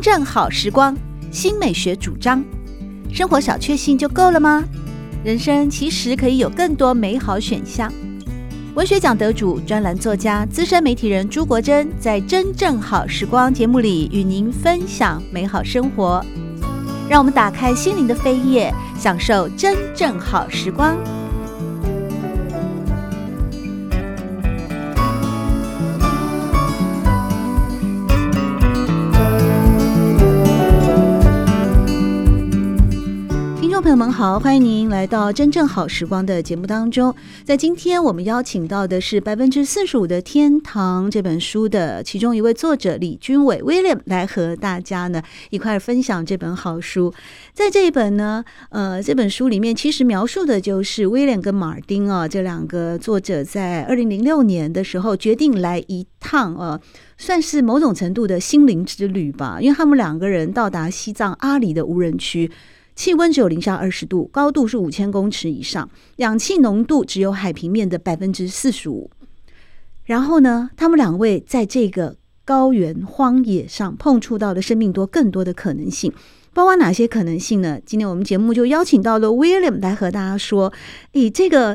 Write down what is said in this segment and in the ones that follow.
正好时光，新美学主张。生活小确幸就够了吗？人生其实可以有更多美好选项。文学奖得主、专栏作家、资深媒体人朱国珍在《真正好时光》节目里与您分享美好生活。让我们打开心灵的扉页，享受真正好时光。朋友们好，欢迎您来到真正好时光的节目当中。在今天我们邀请到的是45%的天堂这本书的其中一位作者李君伟 William 来和大家呢一块分享这本好书。在这一本呢这本书里面其实描述的就是 William 跟马丁这两个作者在2006年的时候决定来一趟算是某种程度的心灵之旅吧，因为他们两个人到达西藏阿里的无人区，气温只有零下20度，高度是5000公尺以上，氧气浓度只有海平面的45%。然后呢，他们两位在这个高原荒野上碰触到了生命更多的可能性，包括哪些可能性呢？今天我们节目就邀请到了 William 来和大家说，这个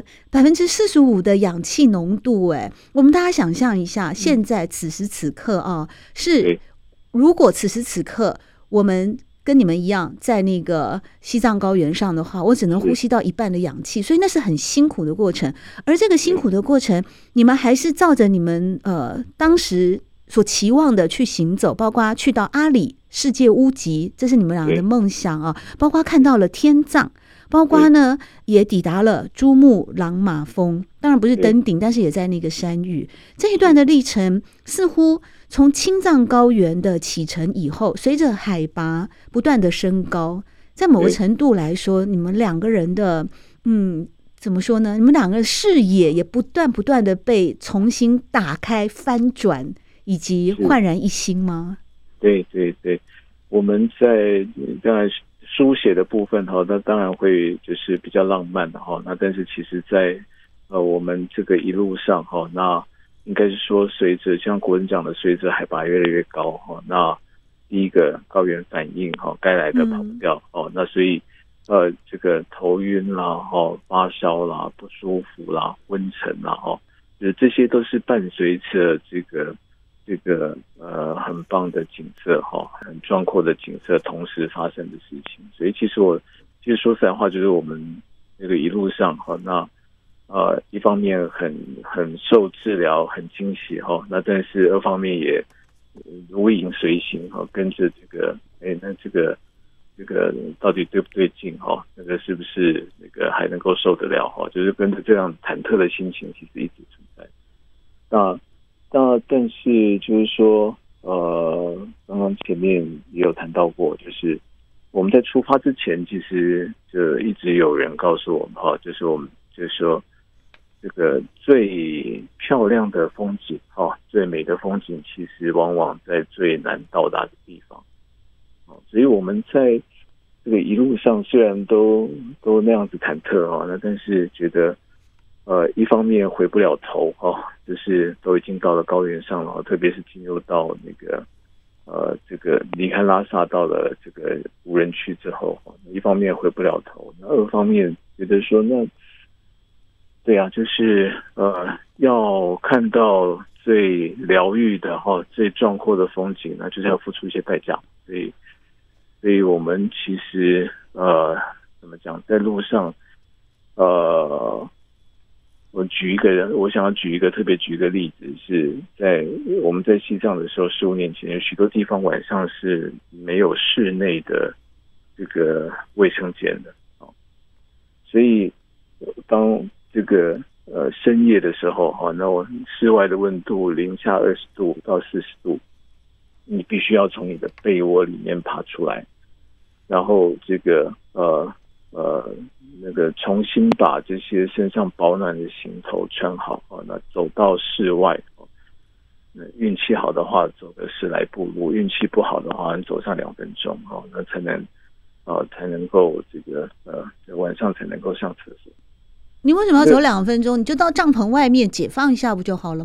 45%的氧气浓度，我们大家想象一下，现在此时此刻是如果此时此刻我们跟你们一样在那个西藏高原上的话，我只能呼吸到一半的氧气，所以那是很辛苦的过程。而这个辛苦的过程，你们还是照着你们当时所期望的去行走，包括去到阿里世界屋脊，这是你们两个的梦想啊，包括看到了天葬，包括呢也抵达了珠穆朗玛峰，当然不是登顶，但是也在那个山域。这一段的历程似乎从青藏高原的启程以后，随着海拔不断的升高，在某个程度来说，你们两个人的怎么说呢？你们两个视野也不断的被重新打开、翻转，以及焕然一新吗？ 对，我们在当然书写的部分那当然会就是比较浪漫的那但是其实在我们这个一路上那应该是说随着像国人讲的，随着海拔越来越高那第一个高原反应该来的跑不掉那所以这个头晕啦发烧啦不舒服啦昏沉啦就是这些都是伴随着这个很棒的景色很壮阔的景色同时发生的事情。所以其实说实在话，就是我们那个一路上那一方面很受治疗很惊喜那但是二方面也如影随形跟着这个那这个到底对不对劲那个是不是那个还能够受得了就是跟着这样忐忑的心情其实一直存在。但是就是说刚刚前面也有谈到过，就是我们在出发之前其实就一直有人告诉我们就是我们就是说这个最漂亮的风景最美的风景其实往往在最难到达的地方所以我们在这个一路上虽然都那样子忐忑那但是觉得一方面回不了头就是都已经到了高原上了特别是进入到那个这个离开拉萨到了这个无人区之后一方面回不了头，二方面觉得说那对啊，就是要看到最疗愈的最壮阔的风景，那就是要付出一些代价。所以我们其实怎么讲，在路上我想要特别举一个例子，是在我们在西藏的时候，15年前有许多地方晚上是没有室内的这个卫生间的所以当这个深夜的时候那我室外的温度零下20度到40度，你必须要从你的被窝里面爬出来，然后这个那个重新把这些身上保暖的行头穿好那走到室外运气好的话走个10来步路，运气不好的话你走上2分钟那才能够这个晚上才能够上厕所。 你为什么要走2分钟？你就到帐篷外面解放一下不就好了吗？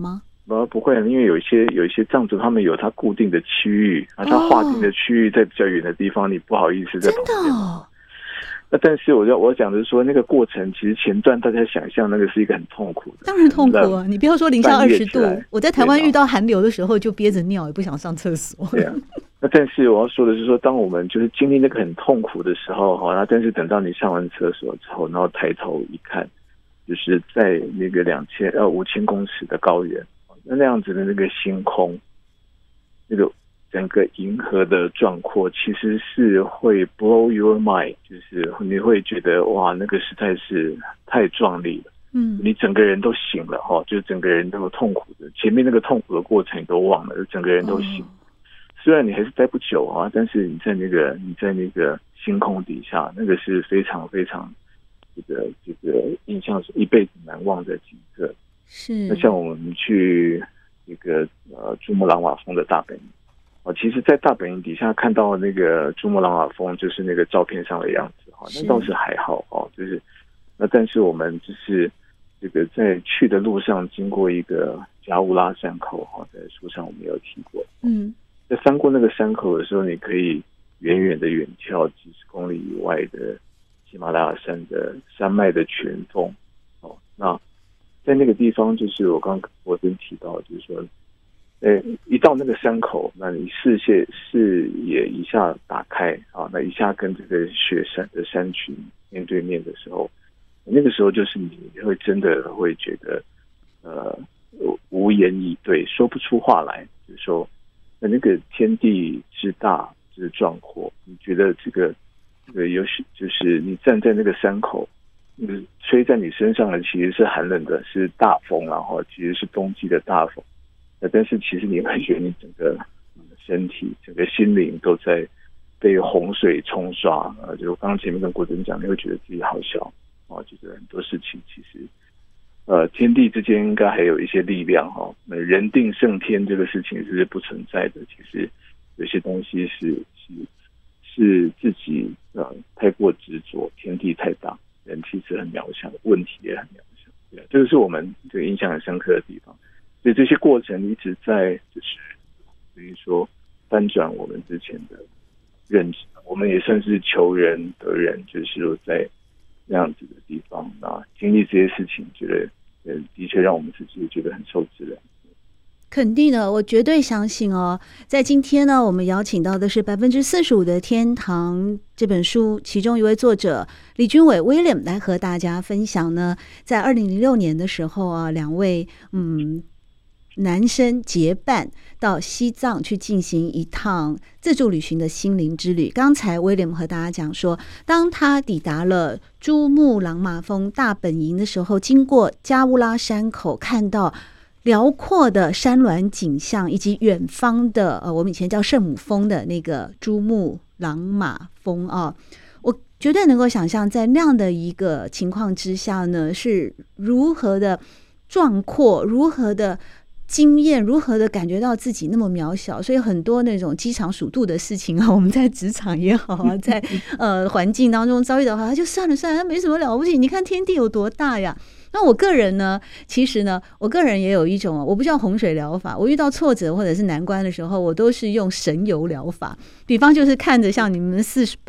不会，因为有一些藏族他们有他固定的区域，他划定的区域在比较远的地方，你不好意思在旁边。 真的哦。 那但是我讲的是说，那个过程其实前段大家想象那个是一个很痛苦的， 当然痛苦啊！你不要说零下20度，我在台湾遇到寒流的时候就憋着尿，也不想上厕所。 对啊。那但是我要说的是说，当我们就是经历那个很痛苦的时候，那但是等到你上完厕所之后，然后抬头一看，就是在那个5000公尺的高原，那样子的那个星空，那个整个银河的壮阔，其实是会 blow your mind， 就是你会觉得哇，那个实在是太壮丽了。你整个人都醒了哈，就是整个人都痛苦的，前面那个痛苦的过程你都忘了，整个人都醒了。虽然你还是待不久啊，但是你在那个星空底下，那个是非常非常这个印象是一辈子难忘的景色。 是。 那像我们去这个珠穆朗玛峰的大本营。其实在大本营底下看到那个珠穆朗玛峰，就是那个照片上的样子，那倒是还好，就是那但是我们就是这个在去的路上经过一个加乌拉山口，在书上我们有提过，在翻过那个山口的时候，你可以远远的远眺几十公里以外的喜马拉雅山的山脉的全峰，那在那个地方，就是我刚我跟提到，就是说一到那个山口，那你视野一下打开那一下跟这个雪山的山群面对面的时候，那个时候就是你会真的会觉得无言以对，说不出话来，就是说那个天地之大之壮阔，你觉得这个有许就是你站在那个山口，吹在你身上的其实是寒冷的，是大风，然后其实是冬季的大风。但是其实你会觉得你整个身体、整个心灵都在被洪水冲刷。就刚刚前面跟国珍讲，你会觉得自己好小就是很多事情其实天地之间应该还有一些力量人定胜天这个事情是不存在的。其实有些东西是自己太过执着，天地太大，人其实很渺小，问题也很渺小。对，这个是我们这个印象很深刻的地方。所以这些过程一直在就是等于说翻转我们之前的认知，我们也算是求人得人，就是说在那样子的地方经历这些事情，觉得的确让我们自己觉得很受滋养。 肯定的，我绝对相信在今天呢，我们邀请到的是45%的天堂这本书，其中一位作者李君伟 William 来和大家分享呢，在2006年的时候两位男生结伴到西藏去进行一趟自助旅行的心灵之旅。刚才威廉和大家讲说，当他抵达了珠穆朗玛峰大本营的时候，经过加乌拉山口，看到辽阔的山峦景象，以及远方的我们以前叫圣母峰的那个珠穆朗玛峰我绝对能够想象在那样的一个情况之下呢，是如何的壮阔，如何的经验，如何的感觉到自己那么渺小。所以很多那种饥肠鼠肚的事情我们在职场也好在环境当中遭遇的话，就算了，没什么了不起，你看天地有多大呀。那我个人呢，其实呢，我个人也有一种我不叫洪水疗法，我遇到挫折或者是难关的时候，我都是用神游疗法。比方就是看着像你们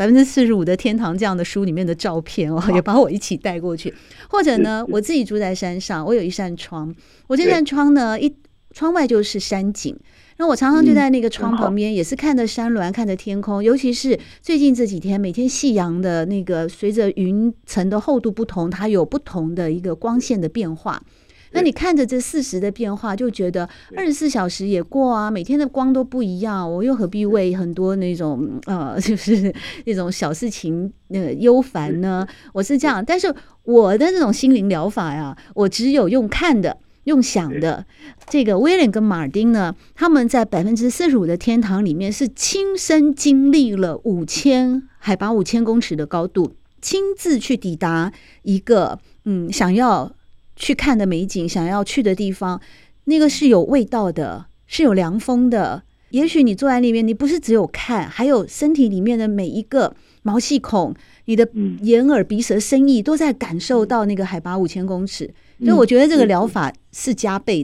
45%的天堂这样的书里面的照片也把我一起带过去。或者呢，我自己住在山上，我有一扇窗，我这扇窗呢窗外就是山景，那我常常就在那个窗旁边，也是看着山峦，看着天空。尤其是最近这几天，每天夕阳的那个随着云层的厚度不同，它有不同的一个光线的变化。那你看着这40的变化，就觉得24小时也过每天的光都不一样，我又何必为很多那种就是那种小事情忧烦呢？我是这样，但是我的这种心灵疗法呀，我只有用看的。用想的。这个威廉跟马丁呢，他们在45%的天堂里面是亲身经历了海拔5000公尺的高度，亲自去抵达一个想要去看的美景，想要去的地方，那个是有味道的，是有凉风的。也许你坐在那边，你不是只有看，还有身体里面的每一个毛细孔，你的眼耳鼻舌身意都在感受到那个海拔5000公尺。所以我觉得这个疗法是加倍的，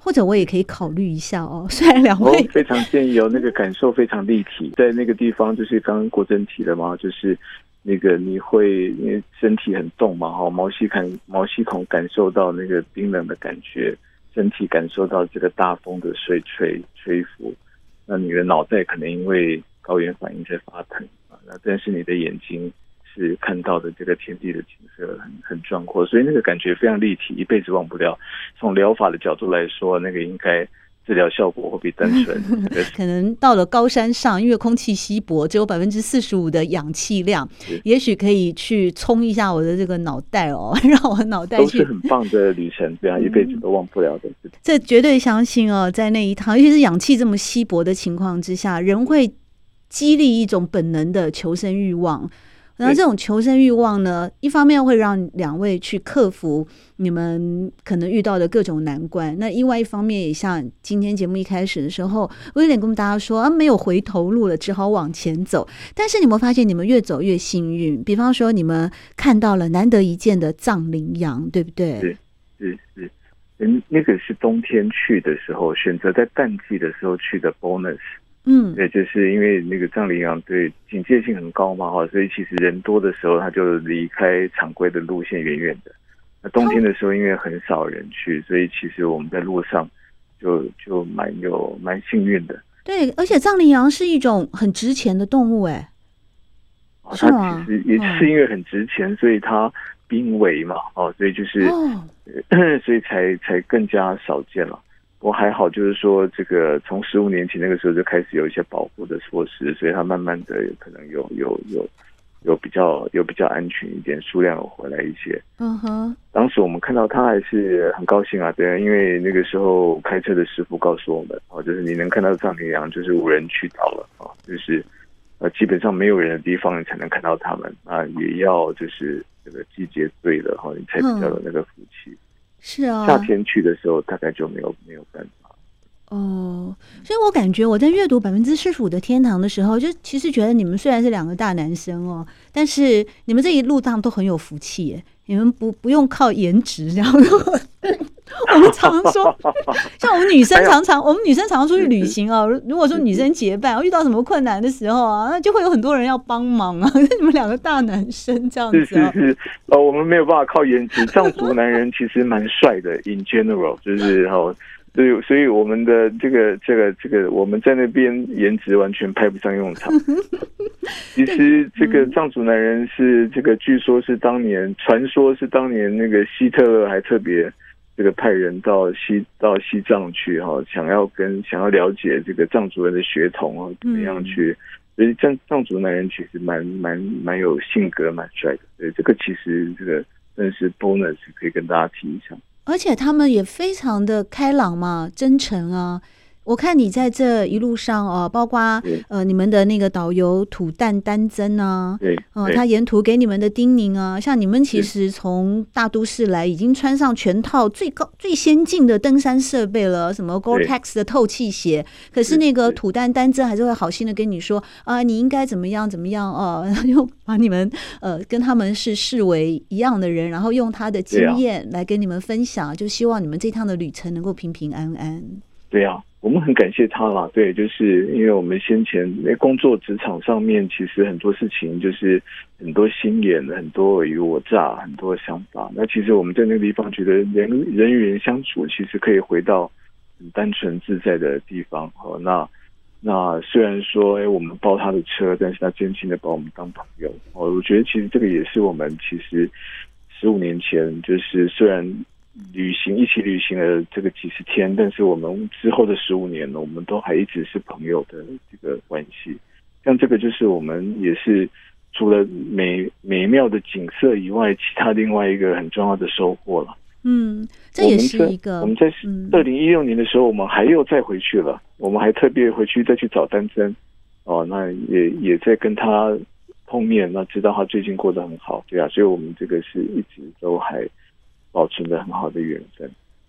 或者我也可以考虑一下哦。虽然两位非常建议那个感受非常立体，在那个地方就是刚刚国珍提的嘛，就是那个你会因为身体很动嘛，毛细孔感受到那个冰冷的感觉，身体感受到这个大风的吹拂，那你的脑袋可能因为高原反应在发疼那但是你的眼睛是看到的这个天地的景色很壮阔，所以那个感觉非常立体，一辈子忘不了。从疗法的角度来说，那个应该治疗效果会比单纯可能到了高山上，因为空气稀薄，只有45%的氧气量，也许可以去冲一下我的这个脑袋让我脑袋都是很棒的旅程，这样一辈子都忘不了的。 这绝对相信在那一趟，尤其是氧气这么稀薄的情况之下，人会激励一种本能的求生欲望。然后这种求生欲望呢，一方面会让两位去克服你们可能遇到的各种难关，那另外一方面也像今天节目一开始的时候，威廉跟大家说没有回头路了，只好往前走。但是你们发现你们越走越幸运，比方说你们看到了难得一见的藏羚羊，对不对？ 是那个是冬天去的时候，选择在淡季的时候去的 bonus。对，就是因为那个藏羚羊对警戒性很高嘛，所以其实人多的时候，他就离开常规的路线远远的。那冬天的时候，因为很少人去，所以其实我们在路上就蛮幸运的。 对，而且藏羚羊是一种很值钱的动物， 它其实也是因为很值钱，所以它濒危嘛，所以就是所以才更加少见了。不过还好，就是说这个从15年前那个时候就开始有一些保护的措施，所以它慢慢的可能有比较安全一点，数量有回来一些。当时我们看到它还是很高兴啊，对，因为那个时候开车的师傅告诉我们，就是你能看到藏羚羊就是无人驱导了就是基本上没有人的地方你才能看到它们也要就是这个季节对了你才比较有那个福气。 是啊， 夏天去的时候大概就没有办法。 所以我感觉我在阅读45%的天堂的时候，就其实觉得你们虽然是两个大男生但是你们这一路上都很有福气耶，你们不用靠颜值这样。我们常说，像我们女生常常出去旅行如果说女生结伴遇到什么困难的时候那就会有很多人要帮忙你们两个大男生这样子是我们没有办法靠颜值，藏族男人其实蛮帅的 in general， 就是所以我们的这个我们在那边颜值完全派不上用场。其实这个藏族男人是这个据说是传说是当年那个希特勒还特别这个派人到西藏去想要了解这个藏族人的血统怎么样去，所以藏族男人其实蛮有性格，蛮帅的。对，这个其实这个真是 bonus 可以跟大家提一下。 而且他们也非常的开朗嘛，真诚我看你在这一路上包括你们的那个导游土蛋丹增他沿途给你们的叮咛像你们其实从大都市来，已经穿上全套最先进的登山设备了，什么 Gore-Tex 的透气鞋，可是那个土蛋丹增还是会好心的跟你说你应该怎么样就把你们跟他们是视为一样的人，然后用他的经验来跟你们分享，就希望你们这趟的旅程能够平平安安。 对啊，我们很感谢他啦。对，就是因为我们先前工作职场上面，其实很多事情就是很多心眼，很多尔虞我诈，很多想法。那其实我们在那个地方觉得人与人相处，其实可以回到很单纯自在的地方。那虽然说我们包他的车，但是他真心的把我们当朋友。我觉得其实这个也是我们其实15年前就是虽然一起旅行了这个几十天，但是我们之后的15年呢，我们都还一直是朋友的这个关系。像这个就是我们也是除了美妙的景色以外，其他另外一个很重要的收获了。 这也是一个我们在2016年的时候，我们还又再回去了，我们还特别回去再去找丹增那也在跟他碰面，那知道他最近过得很好，对啊，所以我们这个是一直都还保持着很好的缘分。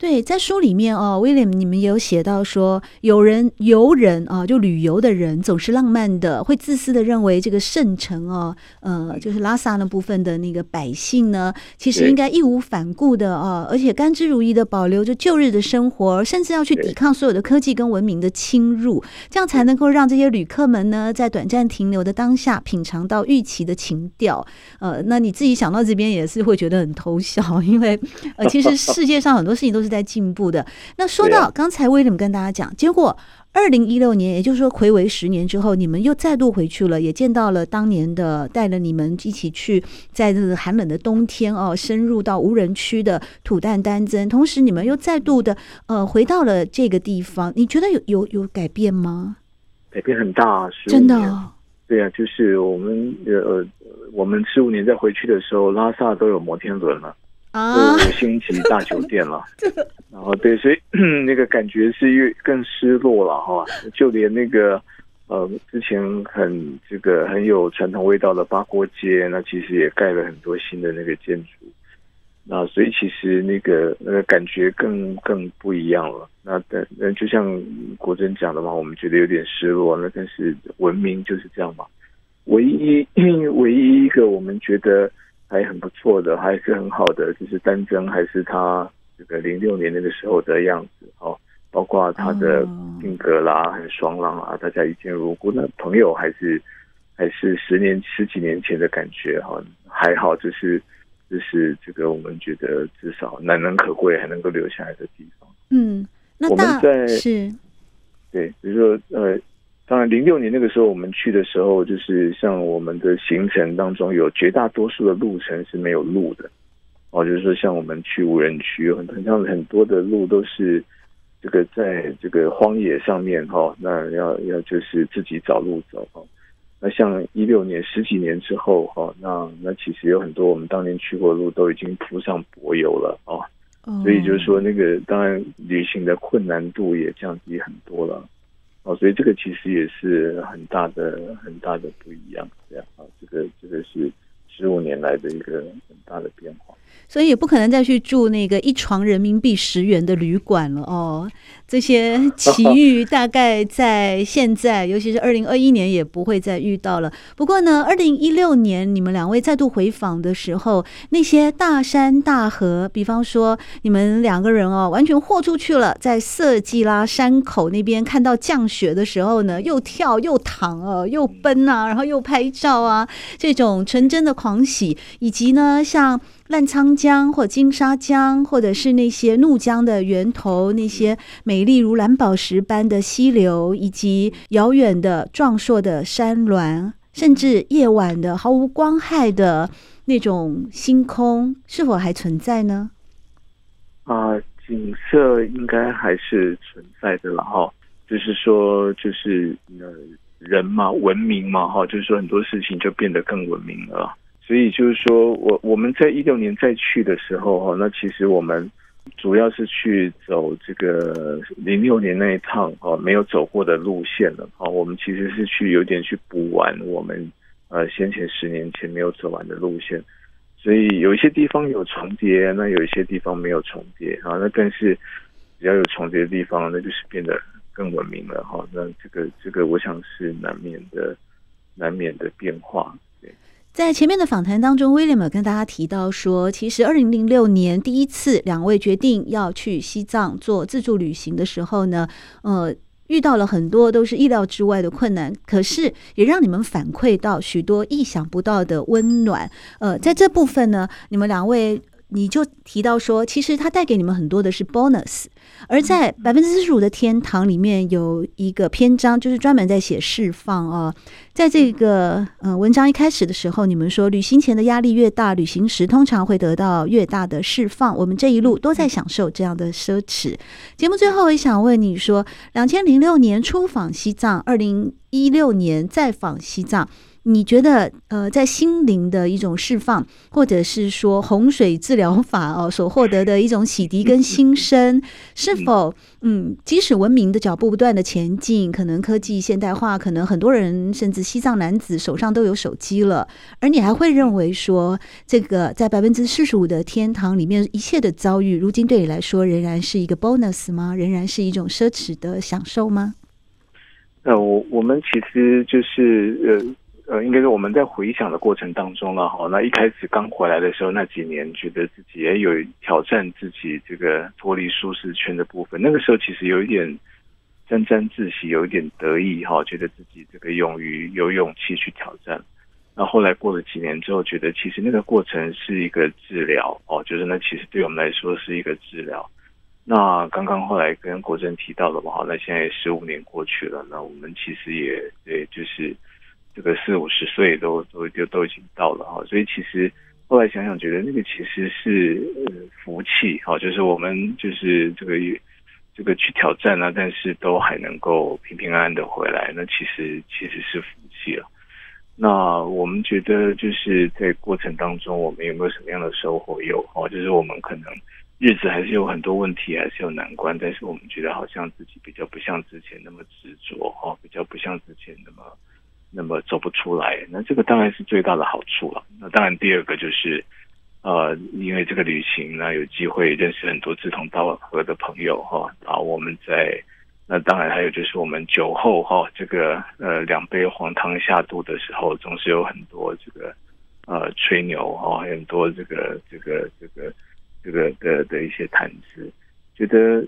对，在书里面哦，William，你们也有写到说，游人啊，就旅游的人总是浪漫的，会自私的认为这个圣城哦，就是拉萨那部分的那个百姓呢，其实应该义无反顾的啊，而且甘之如饴的保留着旧日的生活，甚至要去抵抗所有的科技跟文明的侵入，这样才能够让这些旅客们呢，在短暂停留的当下，品尝到预期的情调。那你自己想到这边也是会觉得很偷笑，因为其实世界上很多事情都是在进步的。那说到刚才William跟大家讲，结果2016年，也就是说睽违10年之后，你们又再度回去了，也见到了当年的带了你们一起去在这个寒冷的冬天哦，深入到无人区的土旦丹增，同时你们又再度的回到了这个地方，你觉得有改变吗？ 改变很大， 真的哦。 对啊，就是我们15年再回去的时候，拉萨都有摩天轮了。5星级大酒店了，然后对，所以那个感觉是更失落了哈。就连那个之前很有传统味道的八锅街，那其实也盖了很多新的那个建筑，那所以其实那个感觉更不一样了。那就像国珍讲的嘛，我们觉得有点失落，那但是文明就是这样嘛。唯一一个我们觉得还很不错的，还是很好的，就是丹增还是他这个06年那个时候的样子哦，包括他的性格啦，很爽朗啊，大家一见如故。那朋友还是十几年前的感觉哈，还好，就是这个我们觉得至少难能可贵，还能够留下来的地方。那我们是对，比如说当然06年那个时候我们去的时候，就是像我们的行程当中有绝大多数的路程是没有路的哦，就是说像我们去无人区，很多的路都是这个在这个荒野上面哈，那要就是自己找路走哈。那像16年10几年之后哈，那其实有很多我们当年去过的路都已经铺上柏油了哦，所以就是说那个当然旅行的困难度也降低很多了。哦，所以这个其实也是很大的不一样，这样啊，这个是15年来的一个很大的变化。 所以也不可能再去住那个1床人民币10元的旅馆了哦。这些奇遇大概在现在，尤其是2021年也不会再遇到了。不过呢，2016年你们2位再度回访的时候，那些大山大河，比方说你们2个人哦，完全豁出去了，在色季拉山口那边看到降雪的时候呢，又跳又躺又奔啊，然后又拍照啊，这种纯真的狂喜，以及呢像澜沧江或金沙江，或者是那些怒江的源头，那些美丽如蓝宝石般的溪流，以及遥远的壮硕的山峦，甚至夜晚的毫无光害的那种星空，是否还存在呢？ 景色应该还是存在的了哈，就是说就是人嘛，文明嘛哈，就是说很多事情就变得更文明了。所以就是说我们在16年再去的时候，那其实我们主要是去走这个06年那一趟没有走过的路线了。我们其实是有点去补完我们先前10年前没有走完的路线。所以有一些地方有重叠，那有一些地方没有重叠啊。那但是只要有重叠的地方，那就是变得更文明了哈。那这个我想是难免的变化。 在前面的访谈当中 William 跟大家提到说，其实2006年第一次2位决定要去西藏做自助旅行的时候呢，遇到了很多都是意料之外的困难，可是也让你们反馈到许多意想不到的温暖。在这部分呢，你们2位你就提到说，其实它带给你们很多的是 bonus， 而在45%的天堂里面有一个篇章，就是专门在写释放哦。在这个文章一开始的时候，你们说旅行前的压力越大，旅行时通常会得到越大的释放。我们这一路都在享受这样的奢侈。节目最后也想问你说，2006年出访西藏，2016年再访西藏， 你觉得在心灵的一种释放，或者是说洪水治疗法所获得的一种洗涤跟新生，是否即使文明的脚步不断的前进，可能科技现代化，可能很多人甚至西藏男子手上都有手机了，而你还会认为说这个在45%的天堂里面一切的遭遇，如今对你来说仍然是一个 bonus 吗？仍然是一种奢侈的享受吗？ 我们其实就是应该说我们在回想的过程当中了哈。那一开始刚回来的时候，那几年觉得自己也有挑战自己这个脱离舒适圈的部分。那个时候其实有一点沾沾自喜，有一点得意哈，觉得自己这个有勇气去挑战。那后来过了几年之后，觉得其实那个过程是一个治疗哦，就是那其实对我们来说是一个治疗。那刚刚后来跟国珍提到了嘛，那现在15年过去了，那我们其实也对，就是这个40-50岁都已经到了哈，所以其实后来想想，觉得那个其实是福气哈，就是我们就是这个去挑战啊，但是都还能够平平安安的回来，那其实是福气了。那我们觉得就是在过程当中，我们有没有什么样的收获？有哦，就是我们可能日子还是有很多问题，还是有难关，但是我们觉得好像自己比较不像之前那么执着哦，比较不像之前那么走不出来。那这个当然是最大的好处了。那当然第二个就是因为这个旅行呢，有机会认识很多志同道合的朋友哈。然后我们那当然还有就是我们酒后哈，这个2杯黄汤下肚的时候，总是有很多这个吹牛哈，很多这个的一些谈资，觉得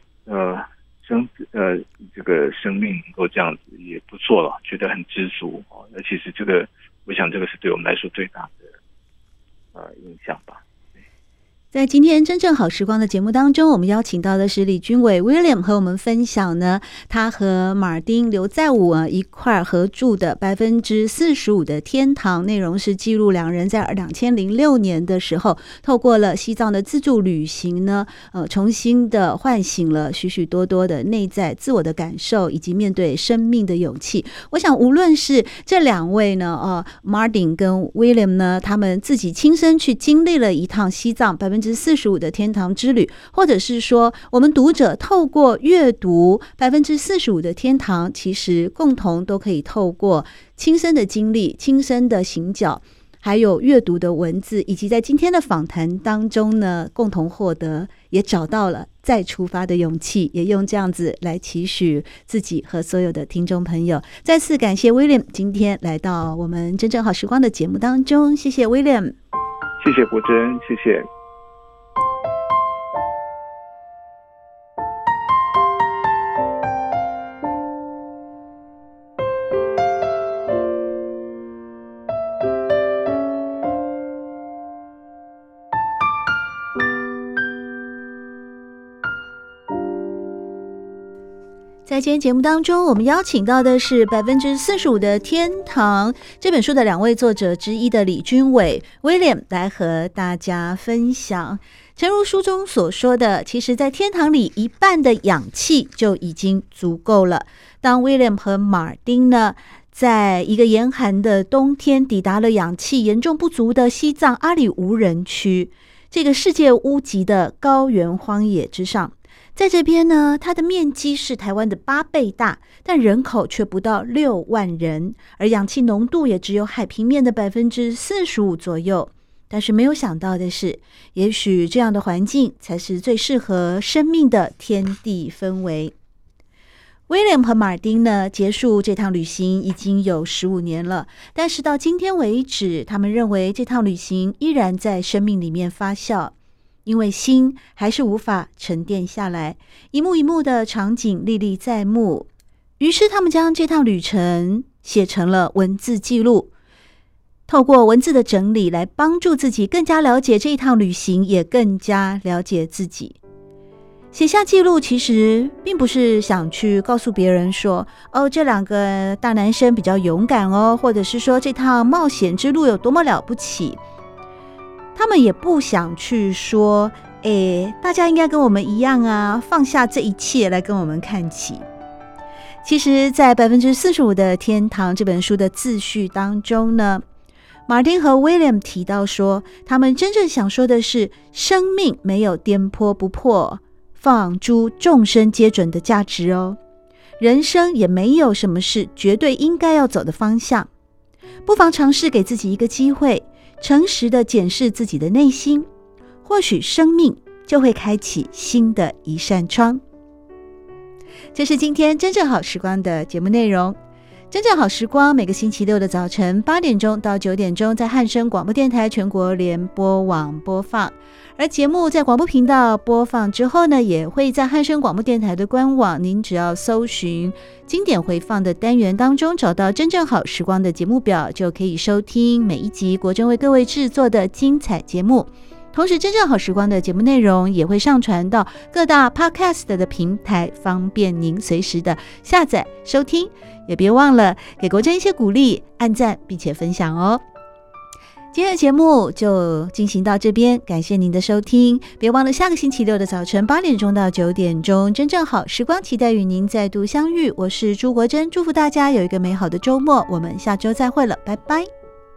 这个生命能够这样子也不错了，觉得很知足哦。那其实我想这个是对我们来说最大的影响吧。 在今天真正好时光的节目当中，我们邀请到的是李君伟 William 和我们分享呢，他和马丁刘在武一块合著的45%的天堂，内容是记录两人在2006年的时候，透过了西藏的自助旅行呢，重新的唤醒了许许多多的内在自我的感受，以及面对生命的勇气。我想无论是这两位呢Martin 跟 William 呢，他们自己亲身去经历了一趟西藏45%的天堂之旅，或者是说我们读者透过阅读45%的天堂，其实共同都可以透过亲身的经历、亲身的行脚，还有阅读的文字，以及在今天的访谈当中呢，共同获得，也找到了再出发的勇气，也用这样子来期许自己和所有的听众朋友。再次感谢 William 今天来到我们真正好时光的节目当中，谢谢 William。 谢谢国珍，谢谢。 在今天节目当中，我们邀请到的是45%的天堂这本书的两位作者之一的李君伟 William 来和大家分享。诚如书中所说的，其实在天堂里一半的氧气就已经足够了。当 William 和马丁呢，在一个严寒的冬天抵达了氧气严重不足的西藏阿里无人区，这个世界屋级的高原荒野之上。在这边呢，它的面积是台湾的8倍大，但人口却不到6万人，而氧气浓度也只有海平面的45%左右。但是没有想到的是，也许这样的环境才是最适合生命的天地氛围。William 和马丁呢，结束这趟旅行已经有15年了，但是到今天为止，他们认为这趟旅行依然在生命里面发酵。因为心还是无法沉淀下来，一幕一幕的场景历历在目，于是他们将这趟旅程写成了文字记录，透过文字的整理来帮助自己更加了解这一趟旅行，也更加了解自己。写下记录其实并不是想去告诉别人说，这两个大男生比较勇敢哦，或者是说这趟冒险之路有多么了不起。他们也不想去说，大家应该跟我们一样啊，放下这一切来跟我们看齐。 其实在45%的天堂这本书的自序当中呢，马丁和威廉提到说，他们真正想说的是，生命没有颠簸不破、放诸众生皆准的价值哦，人生也没有什么是绝对应该要走的方向，不妨尝试给自己一个机会，诚实的检视自己的内心，或许生命就会开启新的一扇窗。这是今天真正好时光的节目内容。真正好时光每个星期六的早晨8点钟到9点钟在汉声广播电台全国联播网播放，而节目在广播频道播放之后呢，也会在汉声广播电台的官网，您只要搜寻经典回放的单元当中找到真正好时光的节目表，就可以收听每一集国珍为各位制作的精彩节目。同时真正好时光的节目内容也会上传到各大 Podcast 的平台，方便您随时的下载收听，也别忘了给国珍一些鼓励，按赞并且分享哦。今天的节目就进行到这边，感谢您的收听，别忘了下个星期六的早晨8点钟到9点钟真正好时光，期待与您再度相遇。我是朱国珍，祝福大家有一个美好的周末，我们下周再会了，拜拜。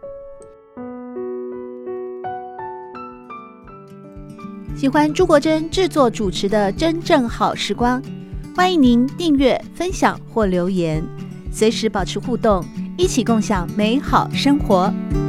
喜欢朱国珍制作主持的真正好时光，欢迎您订阅、分享或留言，随时保持互动，一起共享美好生活。